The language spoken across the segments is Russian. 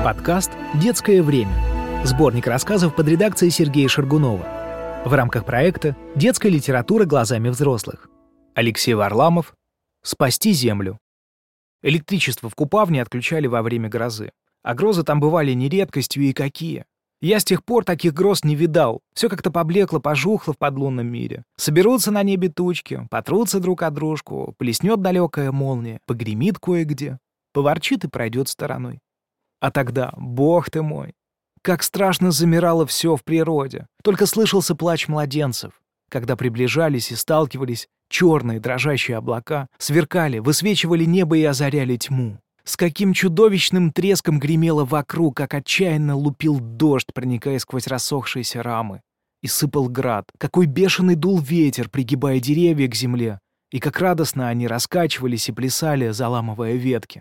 Подкаст «Детское время». Сборник рассказов под редакцией Сергея Шаргунова. В рамках проекта «Детская литература глазами взрослых». Алексей Варламов. «Спасти землю». Электричество в Купавне отключали во время грозы. А грозы там бывали не редкостью и какие. Я с тех пор таких гроз не видал. Все как-то поблекло, пожухло в подлунном мире. Соберутся на небе тучки, потрутся друг от дружку, плеснет далекая молния, погремит кое-где, поворчит и пройдет стороной. А тогда, бог ты мой, как страшно замирало все в природе. Только слышался плач младенцев, когда приближались и сталкивались черные дрожащие облака, сверкали, высвечивали небо и озаряли тьму. С каким чудовищным треском гремело вокруг, как отчаянно лупил дождь, проникая сквозь рассохшиеся рамы. И сыпал град, какой бешеный дул ветер, пригибая деревья к земле, и как радостно они раскачивались и плясали, заламывая ветки.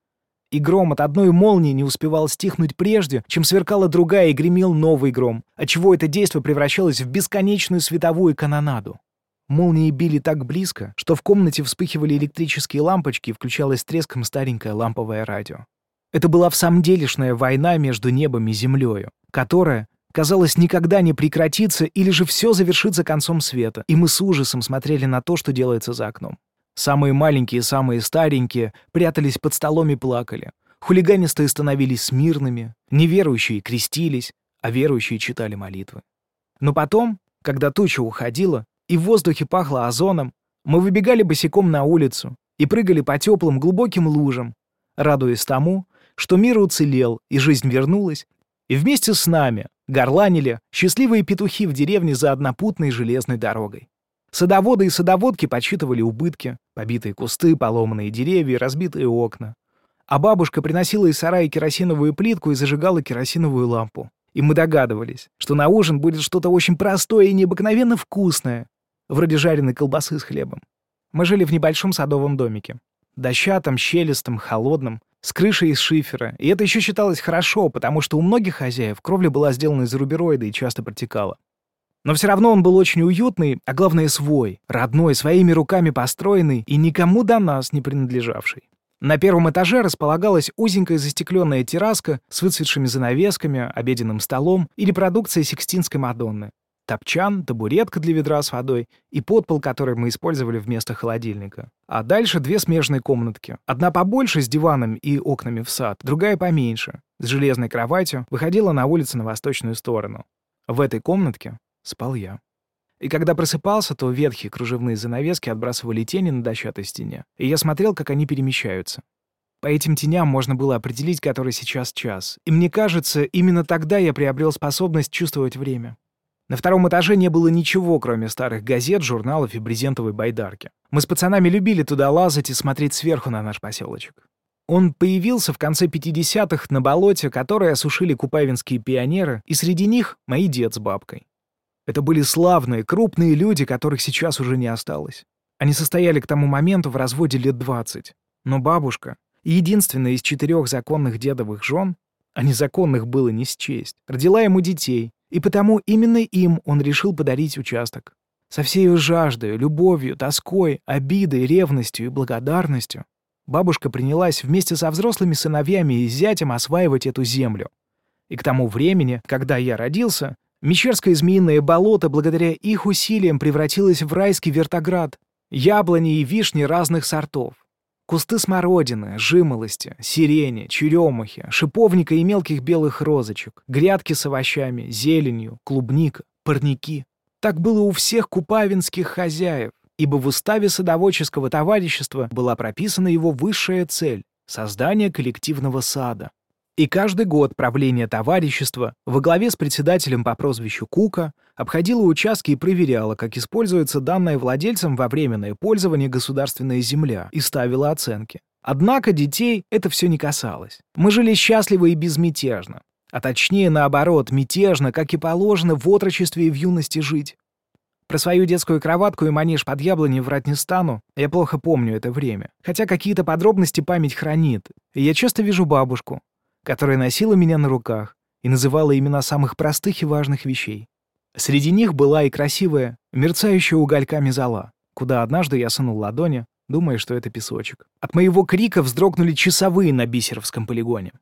И гром от одной молнии не успевал стихнуть прежде, чем сверкала другая и гремел новый гром, отчего это действо превращалось в бесконечную световую канонаду. Молнии били так близко, что в комнате вспыхивали электрические лампочки и включалось треском старенькое ламповое радио. Это была всамделишная война между небом и землею, которая, казалось, никогда не прекратится или же все завершится концом света, и мы с ужасом смотрели на то, что делается за окном. Самые маленькие и самые старенькие прятались под столом и плакали. Хулиганистые становились смирными, неверующие крестились, а верующие читали молитвы. Но потом, когда туча уходила, и в воздухе пахло озоном, мы выбегали босиком на улицу и прыгали по теплым глубоким лужам, радуясь тому, что мир уцелел и жизнь вернулась, и вместе с нами горланили счастливые петухи в деревне за однопутной железной дорогой. Садоводы и садоводки подсчитывали убытки, побитые кусты, поломанные деревья и разбитые окна. А бабушка приносила из сарая керосиновую плитку и зажигала керосиновую лампу. И мы догадывались, что на ужин будет что-то очень простое и необыкновенно вкусное, вроде жареной колбасы с хлебом. Мы жили в небольшом садовом домике. Дощатом, щелистом, холодном, с крышей из шифера. И это еще считалось хорошо, потому что у многих хозяев кровля была сделана из рубероида и часто протекала. Но все равно он был очень уютный, а главное свой, родной, своими руками построенный и никому до нас не принадлежавший. На первом этаже располагалась узенькая застекленная терраска с выцветшими занавесками, обеденным столом и репродукцией Сикстинской Мадонны. Топчан, табуретка для ведра с водой и подпол, который мы использовали вместо холодильника. А дальше две смежные комнатки. Одна побольше с диваном и окнами в сад, другая поменьше, с железной кроватью, выходила на улицу на восточную сторону. В этой комнатке спал я. И когда просыпался, то ветхие кружевные занавески отбрасывали тени на дощатой стене, и я смотрел, как они перемещаются. По этим теням можно было определить, который сейчас час. И мне кажется, именно тогда я приобрел способность чувствовать время. На втором этаже не было ничего, кроме старых газет, журналов и брезентовой байдарки. Мы с пацанами любили туда лазать и смотреть сверху на наш поселочек. Он появился в конце 50-х на болоте, которое осушили купавинские пионеры, и среди них мои дед с бабкой. Это были славные, крупные люди, которых сейчас уже не осталось. Они состояли к тому моменту в разводе лет 20. Но бабушка, единственная из 4 законных дедовых жен, а незаконных было не счесть, родила ему детей, и потому именно им он решил подарить участок. Со всей ее жаждой, любовью, тоской, обидой, ревностью и благодарностью бабушка принялась вместе со взрослыми сыновьями и зятем осваивать эту землю. И к тому времени, когда я родился, Мещерское змеиное болото благодаря их усилиям превратилось в райский вертоград, яблони и вишни разных сортов, кусты смородины, жимолости, сирени, черемухи, шиповника и мелких белых розочек, грядки с овощами, зеленью, клубника, парники. Так было у всех купавинских хозяев, ибо в уставе садоводческого товарищества была прописана его высшая цель — создание коллективного сада. И каждый год правление товарищества во главе с председателем по прозвищу Кука обходило участки и проверяло, как используется данная владельцам во временное пользование государственная земля, и ставило оценки. Однако детей это все не касалось. Мы жили счастливо и безмятежно. А точнее, наоборот, мятежно, как и положено в отрочестве и в юности жить. Про свою детскую кроватку и манеж под яблоней врать не стану, я плохо помню это время. Хотя какие-то подробности память хранит. И я часто вижу бабушку, которая носила меня на руках и называла имена самых простых и важных вещей. Среди них была и красивая, мерцающая угольками зола, куда однажды я сунул ладони, думая, что это песочек. От моего крика вздрогнули часовые на Бисеровском полигоне.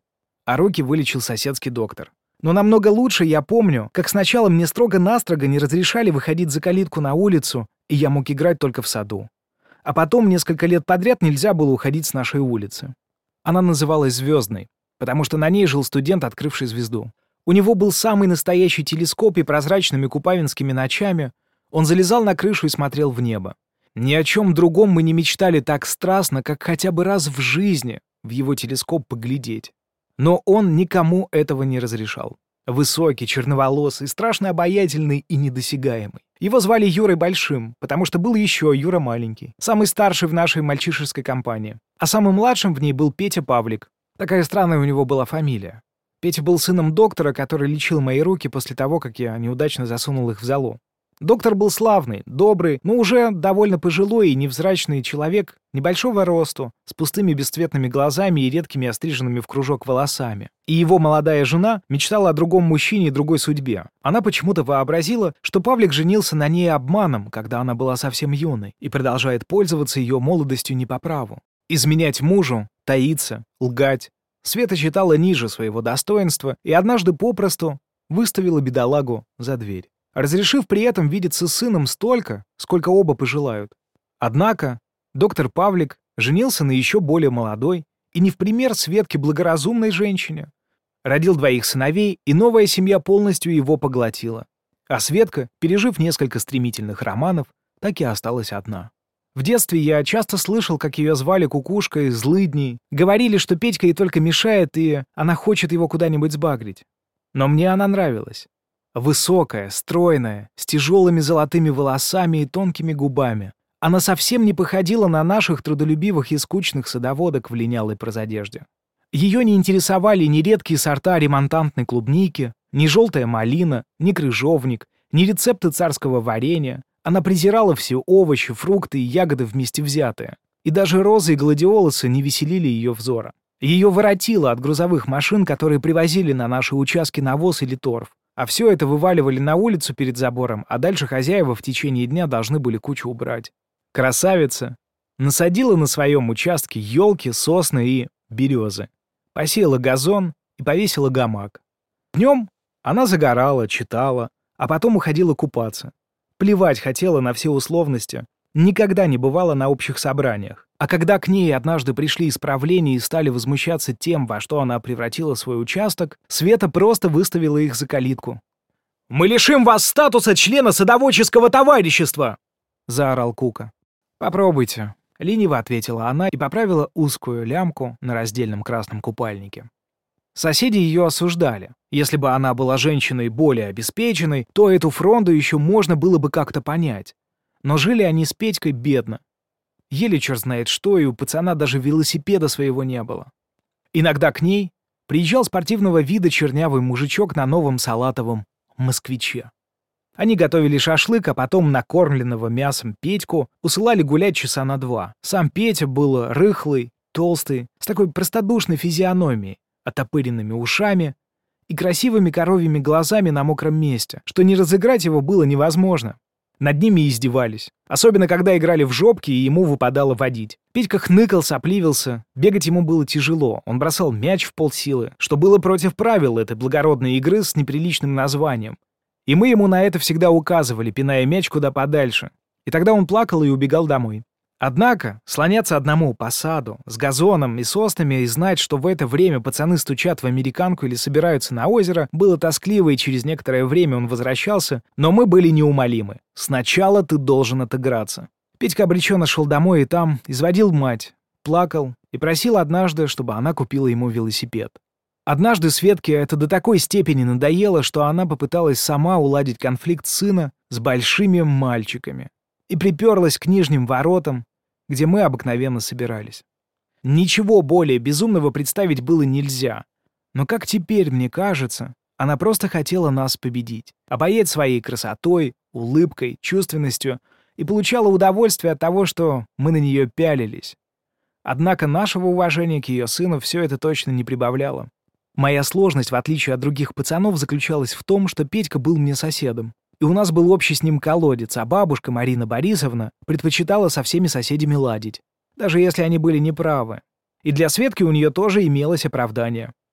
а руки вылечил соседский доктор. Но намного лучше я помню, как сначала мне строго-настрого не разрешали выходить за калитку на улицу, и я мог играть только в саду. А потом несколько лет подряд нельзя было уходить с нашей улицы. Она называлась «Звездной», потому что на ней жил студент, открывший звезду. У него был самый настоящий телескоп, и прозрачными купавинскими ночами он залезал на крышу и смотрел в небо. Ни о чем другом мы не мечтали так страстно, как хотя бы раз в жизни в его телескоп поглядеть. Но он никому этого не разрешал. Высокий, черноволосый, страшно обаятельный и недосягаемый. Его звали Юрой Большим, потому что был еще Юра Маленький, самый старший в нашей мальчишеской компании. А самым младшим в ней был Петя Павлик. Такая странная у него была фамилия. Петя был сыном доктора, который лечил мои руки после того, как я неудачно засунул их в золу. Доктор был славный, добрый, но уже довольно пожилой и невзрачный человек небольшого росту, с пустыми бесцветными глазами и редкими остриженными в кружок волосами. И его молодая жена мечтала о другом мужчине и другой судьбе. Она почему-то вообразила, что Павлик женился на ней обманом, когда она была совсем юной, и продолжает пользоваться ее молодостью не по праву. Изменять мужу, таиться, лгать. Света считала ниже своего достоинства и однажды попросту выставила бедолагу за дверь, разрешив при этом видеться с сыном столько, сколько оба пожелают. Однако доктор Павлик женился на еще более молодой и не в пример Светке благоразумной женщине. Родил 2 сыновей, и новая семья полностью его поглотила. А Светка, пережив несколько стремительных романов, так и осталась одна. В детстве я часто слышал, как ее звали Кукушкой, Злыдней. Говорили, что Петька ей только мешает, и она хочет его куда-нибудь сбагрить. Но мне она нравилась. Высокая, стройная, с тяжелыми золотыми волосами и тонкими губами. Она совсем не походила на наших трудолюбивых и скучных садоводок в линялой прозодежде. Ее не интересовали ни редкие сорта ремонтантной клубники, ни желтая малина, ни крыжовник, ни рецепты царского варенья. Она презирала все овощи, фрукты и ягоды вместе взятые. И даже розы и гладиолусы не веселили ее взора. Ее воротило от грузовых машин, которые привозили на наши участки навоз или торф. А все это вываливали на улицу перед забором, а дальше хозяева в течение дня должны были кучу убрать. Красавица насадила на своем участке елки, сосны и березы. Посеяла газон и повесила гамак. Днем она загорала, читала, а потом уходила купаться. Плевать хотела на все условности, никогда не бывала на общих собраниях. А когда к ней однажды пришли исправления и стали возмущаться тем, во что она превратила свой участок, Света просто выставила их за калитку. «Мы лишим вас статуса члена садоводческого товарищества!» — заорал Кука. «Попробуйте», — лениво ответила она и поправила узкую лямку на раздельном красном купальнике. Соседи ее осуждали. Если бы она была женщиной более обеспеченной, то эту фронту еще можно было бы как-то понять. Но жили они с Петькой бедно. Ели черт знает что, и у пацана даже велосипеда своего не было. Иногда к ней приезжал спортивного вида чернявый мужичок на новом салатовом «Москвиче». Они готовили шашлык, а потом накормленного мясом Петьку усылали гулять часа на 2. Сам Петя был рыхлый, толстый, с такой простодушной физиономией, оттопыренными ушами и красивыми коровьими глазами на мокром месте, что не разыграть его было невозможно. Над ними издевались. Особенно, когда играли в жопки, и ему выпадало водить. Петька хныкал, сопливился. Бегать ему было тяжело. Он бросал мяч в полсилы, что было против правил этой благородной игры с неприличным названием. И мы ему на это всегда указывали, пиная мяч куда подальше. И тогда он плакал и убегал домой. Однако слоняться одному по саду, с газоном и соснами и знать, что в это время пацаны стучат в американку или собираются на озеро, было тоскливо, и через некоторое время он возвращался, но мы были неумолимы. Сначала ты должен отыграться. Петька обреченно шел домой и там изводил мать, плакал и просил однажды, чтобы она купила ему велосипед. Однажды Светке это до такой степени надоело, что она попыталась сама уладить конфликт сына с большими мальчиками и приперлась к нижним воротам, где мы обыкновенно собирались. Ничего более безумного представить было нельзя. Но как теперь, мне кажется, она просто хотела нас победить, обаять своей красотой, улыбкой, чувственностью и получала удовольствие от того, что мы на нее пялились. Однако нашего уважения к ее сыну все это точно не прибавляло. Моя сложность, в отличие от других пацанов, заключалась в том, что Петька был мне соседом. И у нас был общий с ним колодец, а бабушка Марина Борисовна предпочитала со всеми соседями ладить, даже если они были неправы. И для Светки у нее тоже имелось оправдание.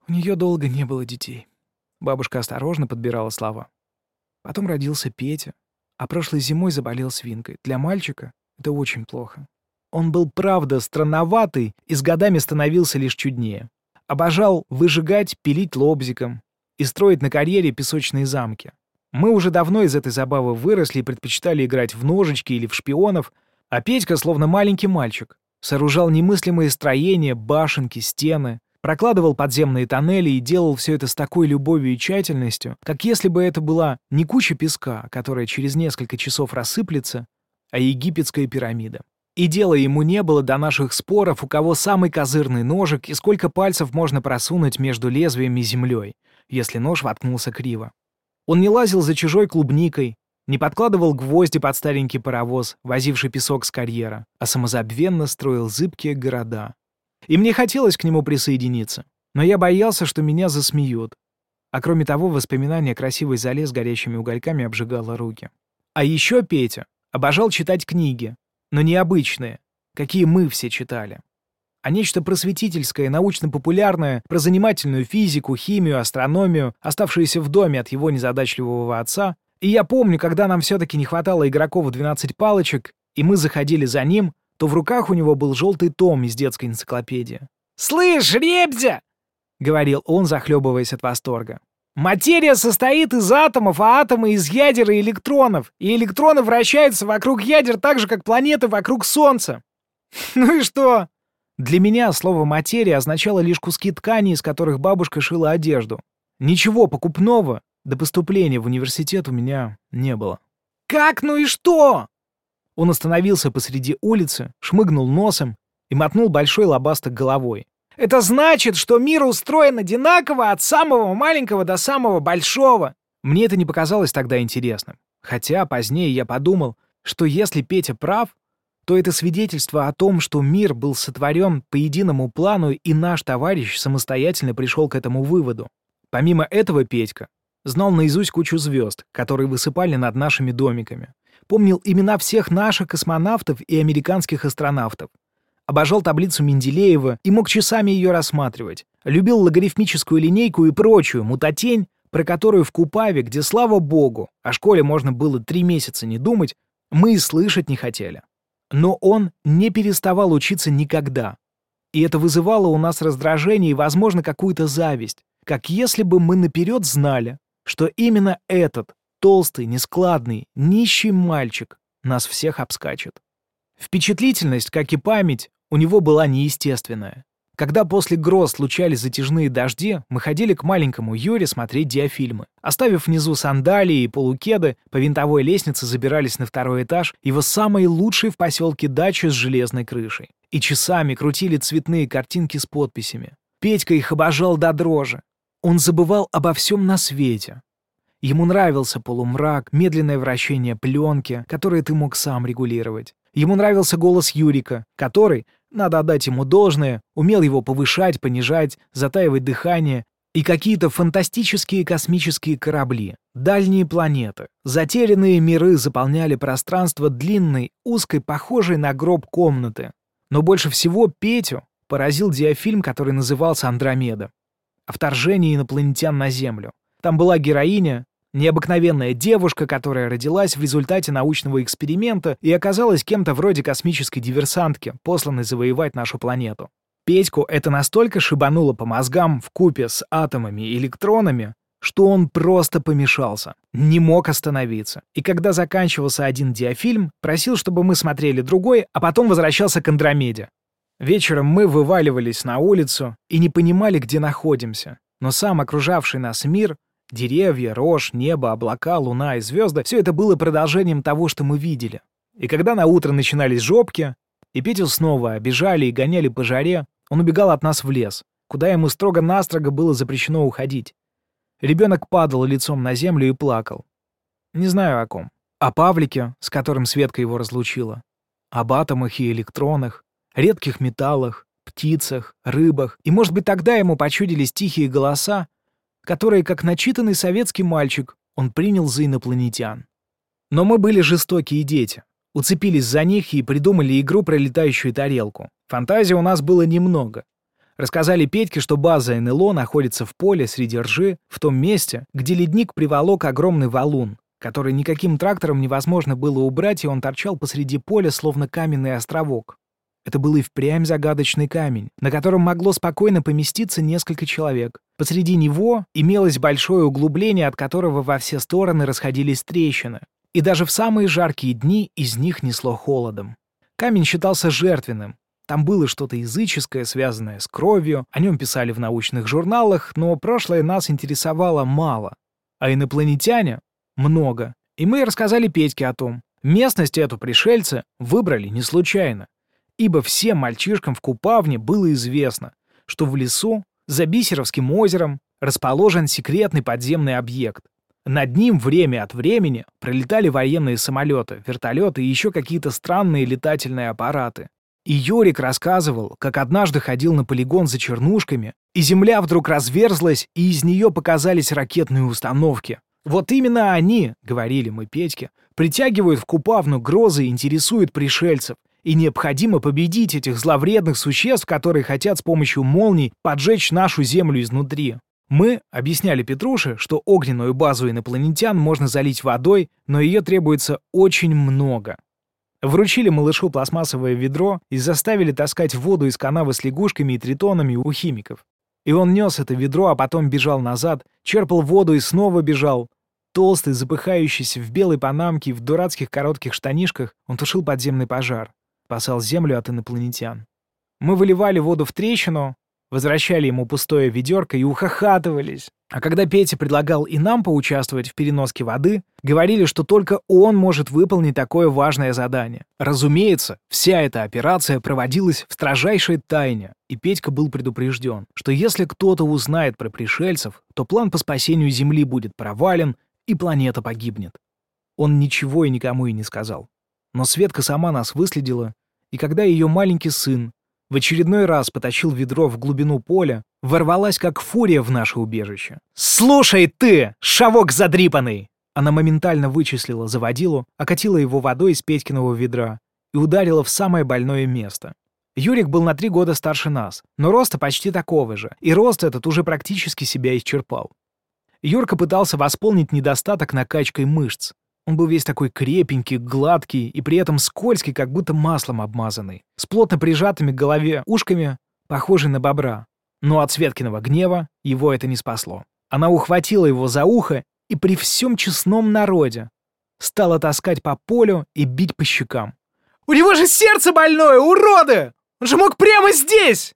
У нее долго не было детей. Бабушка осторожно подбирала слова. Потом родился Петя, а прошлой зимой заболел свинкой. Для мальчика это очень плохо. Он был, правда, странноватый и с годами становился лишь чуднее. Обожал выжигать, пилить лобзиком и строить на карьере песочные замки. Мы уже давно из этой забавы выросли и предпочитали играть в ножички или в шпионов, а Петька, словно маленький мальчик, сооружал немыслимые строения, башенки, стены, прокладывал подземные тоннели и делал все это с такой любовью и тщательностью, как если бы это была не куча песка, которая через несколько часов рассыплется, а египетская пирамида. И дела ему не было до наших споров, у кого самый козырный ножик и сколько пальцев можно просунуть между лезвием и землей, если нож воткнулся криво. Он не лазил за чужой клубникой, не подкладывал гвозди под старенький паровоз, возивший песок с карьера, а самозабвенно строил зыбкие города. И мне хотелось к нему присоединиться, но я боялся, что меня засмеют. А кроме того, воспоминание о красивой зале с горящими угольками обжигало руки. А еще Петя обожал читать книги, но не обычные, какие мы все читали, а нечто просветительское, научно-популярное, про занимательную физику, химию, астрономию, оставшееся в доме от его незадачливого отца. И я помню, когда нам все-таки не хватало игроков в 12 палочек, и мы заходили за ним, то в руках у него был желтый том из детской энциклопедии. «Слышь, Ребзя!» — говорил он, захлебываясь от восторга. «Материя состоит из атомов, а атомы из ядер и электронов. И электроны вращаются вокруг ядер так же, как планеты вокруг Солнца». Ну и что? Для меня слово «материя» означало лишь куски ткани, из которых бабушка шила одежду. Ничего покупного до поступления в университет у меня не было. «Как? Ну и что?» Он остановился посреди улицы, шмыгнул носом и мотнул большой лобастой головой. «Это значит, что мир устроен одинаково от самого маленького до самого большого». Мне это не показалось тогда интересным. Хотя позднее я подумал, что если Петя прав, то это свидетельство о том, что мир был сотворен по единому плану, и наш товарищ самостоятельно пришел к этому выводу. Помимо этого Петька знал наизусть кучу звезд, которые высыпали над нашими домиками. Помнил имена всех наших космонавтов и американских астронавтов. Обожал таблицу Менделеева и мог часами ее рассматривать. Любил логарифмическую линейку и прочую мутатень, про которую в Купаве, где, слава богу, о школе можно было 3 месяца не думать, мы и слышать не хотели. Но он не переставал учиться никогда. И это вызывало у нас раздражение и, возможно, какую-то зависть. Как если бы мы наперед знали, что именно этот толстый, нескладный, нищий мальчик нас всех обскачет. Впечатлительность, как и память, у него была неестественная. Когда после гроз случались затяжные дожди, мы ходили к маленькому Юре смотреть диафильмы. Оставив внизу сандалии и полукеды, по винтовой лестнице забирались на 2-й этаж его самой лучшей в поселке дачи с железной крышей. И часами крутили цветные картинки с подписями. Петька их обожал до дрожи. Он забывал обо всем на свете. Ему нравился полумрак, медленное вращение пленки, которое ты мог сам регулировать. Ему нравился голос Юрика, который, надо отдать ему должное, умел его повышать, понижать, затаивать дыхание, и какие-то фантастические космические корабли, дальние планеты, затерянные миры заполняли пространство длинной, узкой, похожей на гроб комнаты. Но больше всего Петю поразил диафильм, который назывался «Андромеда», о вторжении инопланетян на Землю. Там была героиня, необыкновенная девушка, которая родилась в результате научного эксперимента и оказалась кем-то вроде космической диверсантки, посланной завоевать нашу планету. Петьку это настолько шибануло по мозгам вкупе с атомами и электронами, что он просто помешался, не мог остановиться. И когда заканчивался один диафильм, просил, чтобы мы смотрели другой, а потом возвращался к Андромеде. Вечером мы вываливались на улицу и не понимали, где находимся. Но сам окружавший нас мир, деревья, рожь, небо, облака, луна и звезды — все это было продолжением того, что мы видели. И когда наутро начинались жопки, и Петю снова обижали и гоняли по жаре, он убегал от нас в лес, куда ему строго-настрого было запрещено уходить. Ребенок падал лицом на землю и плакал. Не знаю о ком. О Павлике, с которым Светка его разлучила. Об атомах и электронах, редких металлах, птицах, рыбах. И, может быть, тогда ему почудились тихие голоса, которые, как начитанный советский мальчик, он принял за инопланетян. Но мы были жестокие дети. Уцепились за них и придумали игру про летающую тарелку. Фантазии у нас было немного. Рассказали Петьке, что база НЛО находится в поле среди ржи, в том месте, где ледник приволок огромный валун, который никаким трактором невозможно было убрать, и он торчал посреди поля, словно каменный островок. Это был и впрямь загадочный камень, на котором могло спокойно поместиться несколько человек. Посреди него имелось большое углубление, от которого во все стороны расходились трещины. И даже в самые жаркие дни из них несло холодом. Камень считался жертвенным. Там было что-то языческое, связанное с кровью, о нем писали в научных журналах, но прошлое нас интересовало мало. А инопланетяне — много. И мы рассказали Петьке о том. Местность эту пришельцы выбрали не случайно. Ибо всем мальчишкам в Купавне было известно, что в лесу, за Бисеровским озером, расположен секретный подземный объект. Над ним время от времени пролетали военные самолеты, вертолеты и еще какие-то странные летательные аппараты. И Юрик рассказывал, как однажды ходил на полигон за чернушками, и земля вдруг разверзлась, и из нее показались ракетные установки. Вот именно они, говорили мы Петьке, притягивают в Купавну грозы и интересуют пришельцев. И необходимо победить этих зловредных существ, которые хотят с помощью молний поджечь нашу Землю изнутри. Мы объясняли Петруше, что огненную базу инопланетян можно залить водой, но ее требуется очень много. Вручили малышу пластмассовое ведро и заставили таскать воду из канавы с лягушками и тритонами у химиков. И он нес это ведро, а потом бежал назад, черпал воду и снова бежал. Толстый, запыхающийся, в белой панамке и в дурацких коротких штанишках, он тушил подземный пожар. Спасал Землю от инопланетян. Мы выливали воду в трещину, возвращали ему пустое ведерко и ухахатывались. А когда Петя предлагал и нам поучаствовать в переноске воды, говорили, что только он может выполнить такое важное задание. Разумеется, вся эта операция проводилась в строжайшей тайне, и Петька был предупрежден, что если кто-то узнает про пришельцев, то план по спасению Земли будет провален, и планета погибнет. Он ничего и никому и не сказал. Но Светка сама нас выследила, и когда ее маленький сын в очередной раз потащил ведро в глубину поля, ворвалась как фурия в наше убежище. «Слушай ты, шавок задрипанный!» Она моментально вычислила заводилу, окатила его водой из Петькиного ведра и ударила в самое больное место. Юрик был на 3 года старше нас, но роста почти такого же, и рост этот уже практически себя исчерпал. Юрка пытался восполнить недостаток накачкой мышц. Он был весь такой крепенький, гладкий и при этом скользкий, как будто маслом обмазанный, с плотно прижатыми к голове ушками, похожий на бобра. Но от Светкиного гнева его это не спасло. Она ухватила его за ухо и при всем честном народе стала таскать по полю и бить по щекам. «У него же сердце больное, уроды! Он же мог прямо здесь!»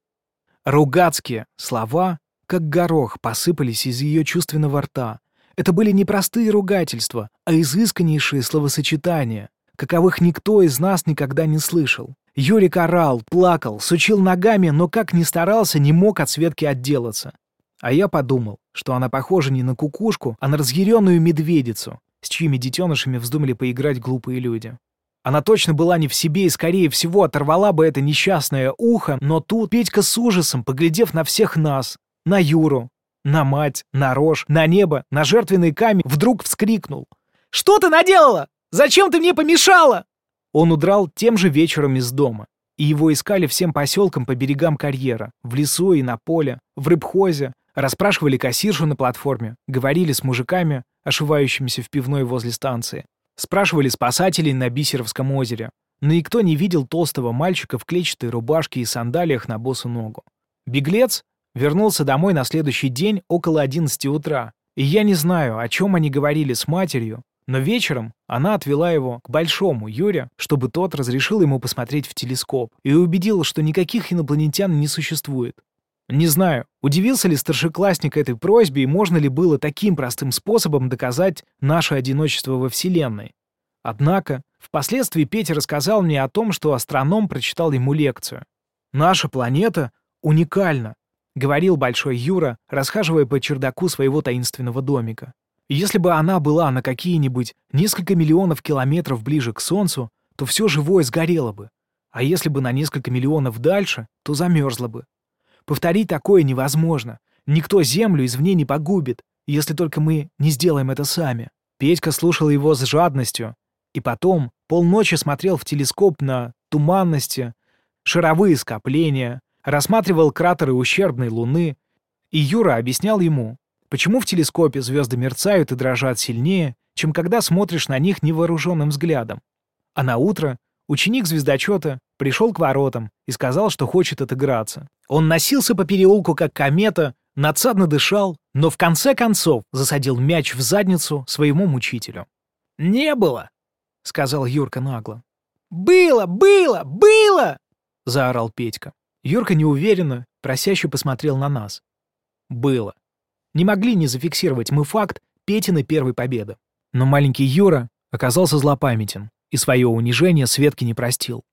Ругацкие слова, как горох, посыпались из ее чувственного рта. Это были не простые ругательства, а изысканнейшие словосочетания, каковых никто из нас никогда не слышал. Юрик орал, плакал, сучил ногами, но как ни старался, не мог от Светки отделаться. А я подумал, что она похожа не на кукушку, а на разъяренную медведицу, с чьими детенышами вздумали поиграть глупые люди. Она точно была не в себе и, скорее всего, оторвала бы это несчастное ухо, но тут Петька с ужасом, поглядев на всех нас, на Юру, на мать, на рожь, на небо, на жертвенный камень, вдруг вскрикнул. «Что ты наделала? Зачем ты мне помешала?» Он удрал тем же вечером из дома, и его искали всем поселкам по берегам карьера, в лесу и на поле, в рыбхозе, расспрашивали кассиршу на платформе, говорили с мужиками, ошивающимися в пивной возле станции, спрашивали спасателей на Бисеровском озере, но никто не видел толстого мальчика в клетчатой рубашке и сандалиях на босу ногу. Беглец вернулся домой на следующий день около 11 утра, и я не знаю, о чем они говорили с матерью, но вечером она отвела его к большому Юре, чтобы тот разрешил ему посмотреть в телескоп и убедил, что никаких инопланетян не существует. Не знаю, удивился ли старшеклассник этой просьбе и можно ли было таким простым способом доказать наше одиночество во Вселенной. Однако, впоследствии Петя рассказал мне о том, что астроном прочитал ему лекцию. «Наша планета уникальна», — говорил большой Юра, расхаживая по чердаку своего таинственного домика. «Если бы она была на какие-нибудь несколько миллионов километров ближе к Солнцу, то все живое сгорело бы, а если бы на несколько миллионов дальше, то замерзло бы. Повторить такое невозможно. Никто Землю извне не погубит, если только мы не сделаем это сами». Петька слушал его с жадностью, и потом полночи смотрел в телескоп на туманности, шаровые скопления, рассматривал кратеры ущербной Луны, и Юра объяснял ему, почему в телескопе звезды мерцают и дрожат сильнее, чем когда смотришь на них невооруженным взглядом. А на утро ученик звездочета пришел к воротам и сказал, что хочет отыграться. Он носился по переулку, как комета, надсадно дышал, но в конце концов засадил мяч в задницу своему мучителю. «Не было!» — сказал Юрка нагло. «Было! Было! Было!» — заорал Петька. Юрка неуверенно, просяще посмотрел на нас. Было. Не могли не зафиксировать мы факт Петиной первой победы. Но маленький Юра оказался злопамятен и свое унижение Светке не простил.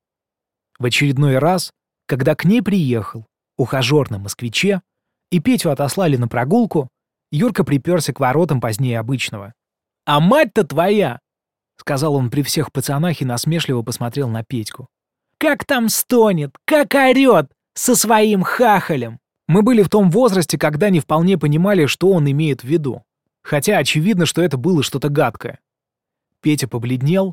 В очередной раз, когда к ней приехал ухажер на москвиче и Петю отослали на прогулку, Юрка приперся к воротам позднее обычного. «А мать-то твоя!» — сказал он при всех пацанах и насмешливо посмотрел на Петьку. «Как там стонет, как орет со своим хахалем!» Мы были в том возрасте, когда не вполне понимали, что он имеет в виду. Хотя очевидно, что это было что-то гадкое. Петя побледнел,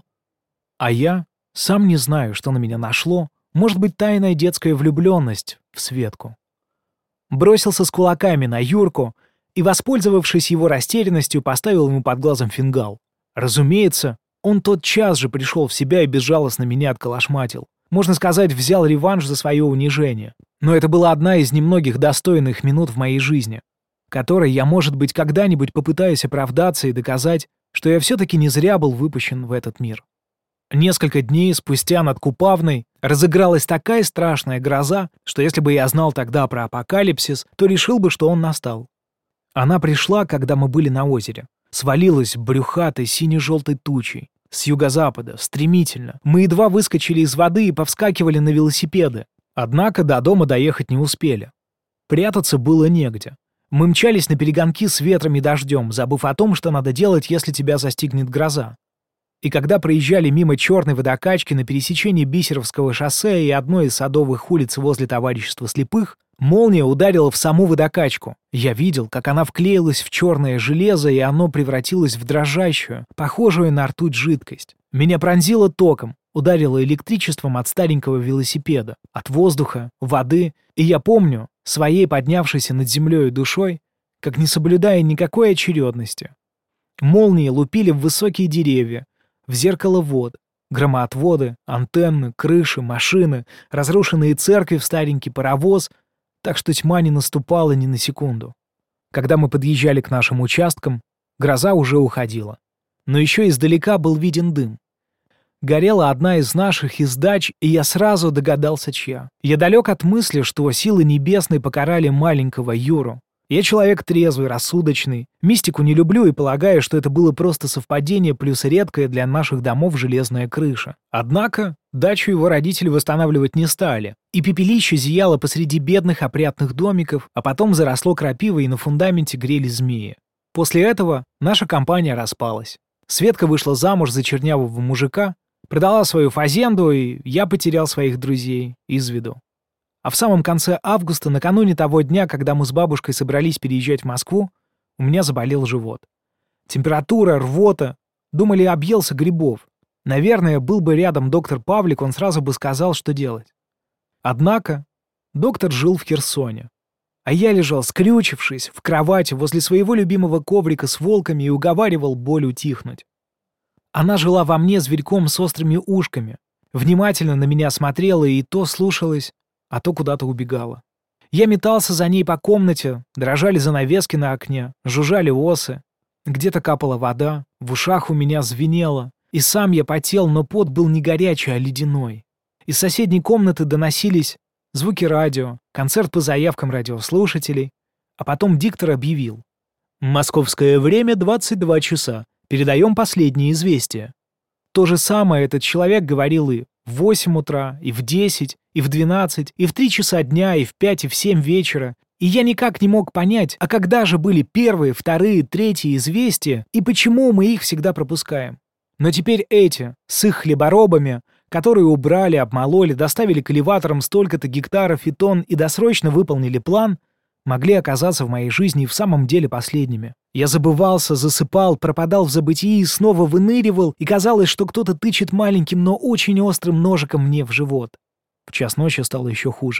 а я сам не знаю, что на меня нашло, может быть, тайная детская влюбленность в Светку. Бросился с кулаками на Юрку и, воспользовавшись его растерянностью, поставил ему под глазом фингал. Разумеется, он тотчас же пришел в себя и безжалостно меня отколошматил. Можно сказать, взял реванш за свое унижение. Но это была одна из немногих достойных минут в моей жизни, которой я, может быть, когда-нибудь попытаюсь оправдаться и доказать, что я все-таки не зря был выпущен в этот мир. Несколько дней спустя над Купавной разыгралась такая страшная гроза, что если бы я знал тогда про апокалипсис, то решил бы, что он настал. Она пришла, когда мы были на озере. Свалилась брюхатой сине-желтой тучей. С юго-запада, стремительно. Мы едва выскочили из воды и повскакивали на велосипеды. Однако до дома доехать не успели. Прятаться было негде. Мы мчались на перегонки с ветром и дождем, забыв о том, что надо делать, если тебя застигнет гроза. И когда проезжали мимо черной водокачки на пересечении Бисеровского шоссе и одной из садовых улиц возле товарищества слепых, молния ударила в саму водокачку. Я видел, как она вклеилась в черное железо, и оно превратилось в дрожащую, похожую на ртуть жидкость. Меня пронзило током, ударило электричеством от старенького велосипеда, от воздуха, воды, и я помню, своей поднявшейся над землей душой, как не соблюдая никакой очередности. Молнии лупили в высокие деревья, в зеркало вод, громоотводы, антенны, крыши, машины, разрушенные церкви в старенький паровоз, так что тьма не наступала ни на секунду. Когда мы подъезжали к нашим участкам, гроза уже уходила. Но еще издалека был виден дым. Горела одна из наших издач, и я сразу догадался, чья. Я далек от мысли, что силы небесные покарали маленького Юру. Я человек трезвый, рассудочный. Мистику не люблю и полагаю, что это было просто совпадение плюс редкая для наших домов железная крыша. Однако дачу его родители восстанавливать не стали, и пепелище зияло посреди бедных опрятных домиков, а потом заросло крапивой и на фундаменте грелись змеи. После этого наша компания распалась. Светка вышла замуж за чернявого мужика, продала свою фазенду, и я потерял своих друзей из виду. А в самом конце августа, накануне того дня, когда мы с бабушкой собрались переезжать в Москву, у меня заболел живот. Температура, рвота. Думали, объелся грибов. Наверное, был бы рядом доктор Павлик, он сразу бы сказал, что делать. Однако доктор жил в Херсоне. А я лежал, скрючившись, в кровати возле своего любимого коврика с волками и уговаривал боль утихнуть. Она жила во мне зверьком с острыми ушками, внимательно на меня смотрела и то слушалась, а то куда-то убегала. Я метался за ней по комнате, дрожали занавески на окне, жужжали осы. Где-то капала вода, в ушах у меня звенело. И сам я потел, но пот был не горячий, а ледяной. Из соседней комнаты доносились звуки радио, концерт по заявкам радиослушателей. А потом диктор объявил: «Московское время 22 часа. Передаем последние известия». То же самое этот человек говорил и в 8 утра, и в 10, и в 12, и в 3 часа дня, и в 5, и в 7 вечера. И я никак не мог понять, а когда же были первые, вторые, третьи известия, и почему мы их всегда пропускаем. Но теперь эти, с их хлеборобами, которые убрали, обмололи, доставили к элеваторам столько-то гектаров и тонн и досрочно выполнили план, могли оказаться в моей жизни и в самом деле последними. Я забывался, засыпал, пропадал в забытии и снова выныривал, и казалось, что кто-то тычет маленьким, но очень острым ножиком мне в живот. В час ночи стало еще хуже.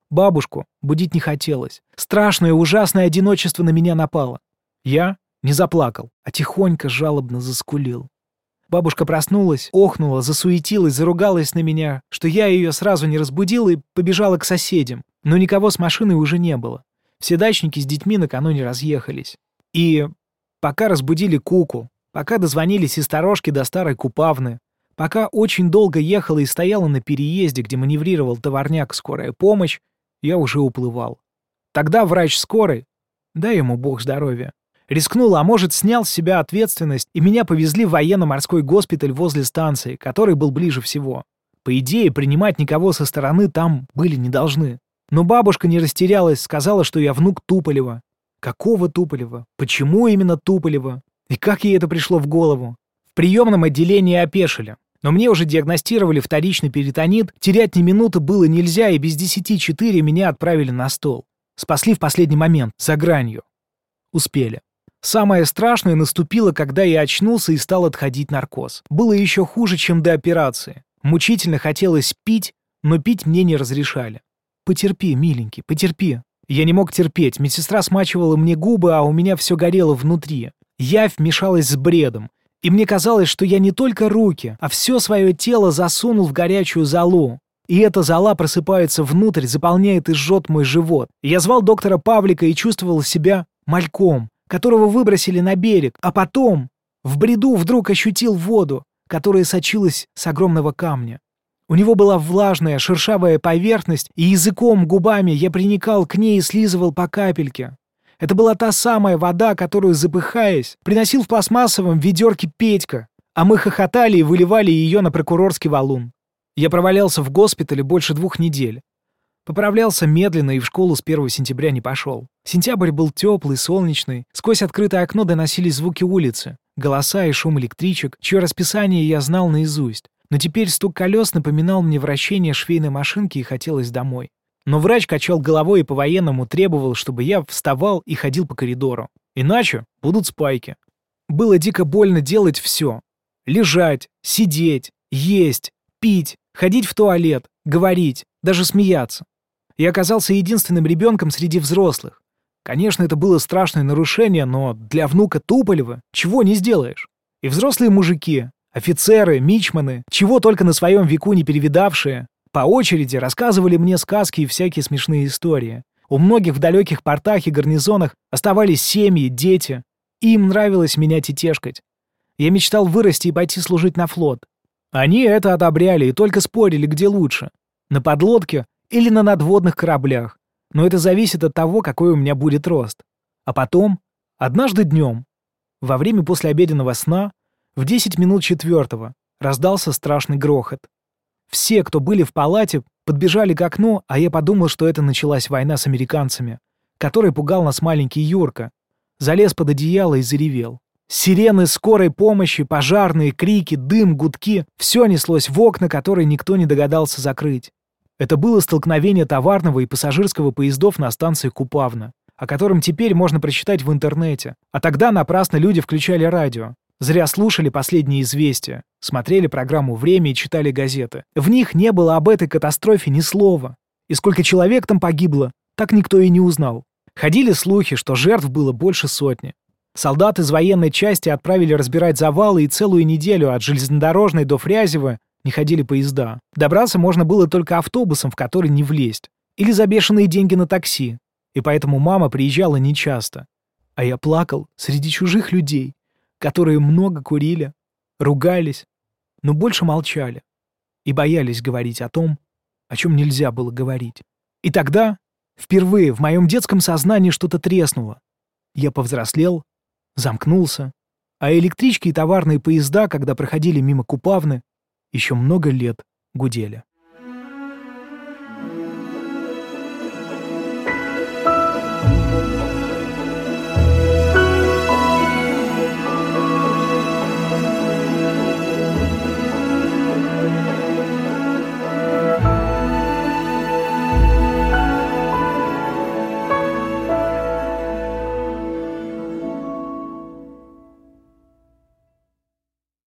Бабушку будить не хотелось. Страшное, ужасное одиночество на меня напало. Я не заплакал, а тихонько, жалобно заскулил. Бабушка проснулась, охнула, засуетилась, заругалась на меня, что я ее сразу не разбудил и побежала к соседям. Но никого с машиной уже не было. Все дачники с детьми накануне разъехались. И пока разбудили Куку, пока дозвонились из сторожки до старой Купавны, пока очень долго ехала и стояла на переезде, где маневрировал товарняк «Скорая помощь», я уже уплывал. Тогда врач скорой, дай ему бог здоровья, рискнул, а может, снял с себя ответственность, и меня повезли в военно-морской госпиталь возле станции, который был ближе всего. По идее, принимать никого со стороны там были не должны. Но бабушка не растерялась, сказала, что я внук Туполева. Какого Туполева? Почему именно Туполева? И как ей это пришло в голову? В приемном отделении опешили. Но мне уже диагностировали вторичный перитонит, терять ни минуты было нельзя, и без 10:04 меня отправили на стол. Спасли в последний момент, за гранью. Успели. Самое страшное наступило, когда я очнулся и стал отходить наркоз. Было еще хуже, чем до операции. Мучительно хотелось пить, но пить мне не разрешали. «Потерпи, миленький, потерпи». Я не мог терпеть, медсестра смачивала мне губы, а у меня все горело внутри. Явь мешалась с бредом. И мне казалось, что я не только руки, а все свое тело засунул в горячую золу. И эта зола просыпается внутрь, заполняет и жжет мой живот. Я звал доктора Павлика и чувствовал себя мальком, которого выбросили на берег, а потом в бреду вдруг ощутил воду, которая сочилась с огромного камня. У него была влажная, шершавая поверхность, и языком, губами я приникал к ней и слизывал по капельке. Это была та самая вода, которую, запыхаясь, приносил в пластмассовом ведерке Петька, а мы хохотали и выливали ее на прокурорский валун. Я провалялся в госпитале больше 2 недель. Поправлялся медленно и в школу с 1 сентября не пошел. Сентябрь был теплый, солнечный. Сквозь открытое окно доносились звуки улицы, голоса и шум электричек, чье расписание я знал наизусть. Но теперь стук колес напоминал мне вращение швейной машинки и хотелось домой. Но врач качал головой и по-военному требовал, чтобы я вставал и ходил по коридору. Иначе будут спайки. Было дико больно делать все. Лежать, сидеть, есть, пить, ходить в туалет, говорить, даже смеяться. Я оказался единственным ребенком среди взрослых. Конечно, это было страшное нарушение, но для внука Туполева чего не сделаешь. И взрослые мужики, офицеры, мичманы, чего только на своем веку не перевидавшие, по очереди рассказывали мне сказки и всякие смешные истории. У многих в далеких портах и гарнизонах оставались семьи, дети. И им нравилось меня тетешкать. Я мечтал вырасти и пойти служить на флот. Они это одобряли и только спорили, где лучше. На подлодке или на надводных кораблях. Но это зависит от того, какой у меня будет рост. А потом, однажды днем, во время послеобеденного сна, в 10 минут 4 раздался страшный грохот. Все, кто были в палате, подбежали к окну, а я подумал, что это началась война с американцами, которой пугал нас маленький Юрка. Залез под одеяло и заревел. Сирены скорой помощи, пожарные, крики, дым, гудки — все неслось в окна, которые никто не догадался закрыть. Это было столкновение товарного и пассажирского поездов на станции Купавна, о котором теперь можно прочитать в интернете. А тогда напрасно люди включали радио. Зря слушали последние известия, смотрели программу «Время» и читали газеты. В них не было об этой катастрофе ни слова. И сколько человек там погибло, так никто и не узнал. Ходили слухи, что жертв было больше 100. Солдат из военной части отправили разбирать завалы, и целую неделю от железнодорожной до Фрязева не ходили поезда. Добраться можно было только автобусом, в который не влезть. Или за бешеные деньги на такси. И поэтому мама приезжала нечасто. А я плакал среди чужих людей, которые много курили, ругались, но больше молчали и боялись говорить о том, о чем нельзя было говорить. И тогда впервые в моем детском сознании что-то треснуло. Я повзрослел, замкнулся, а электрички и товарные поезда, когда проходили мимо Купавны, еще много лет гудели.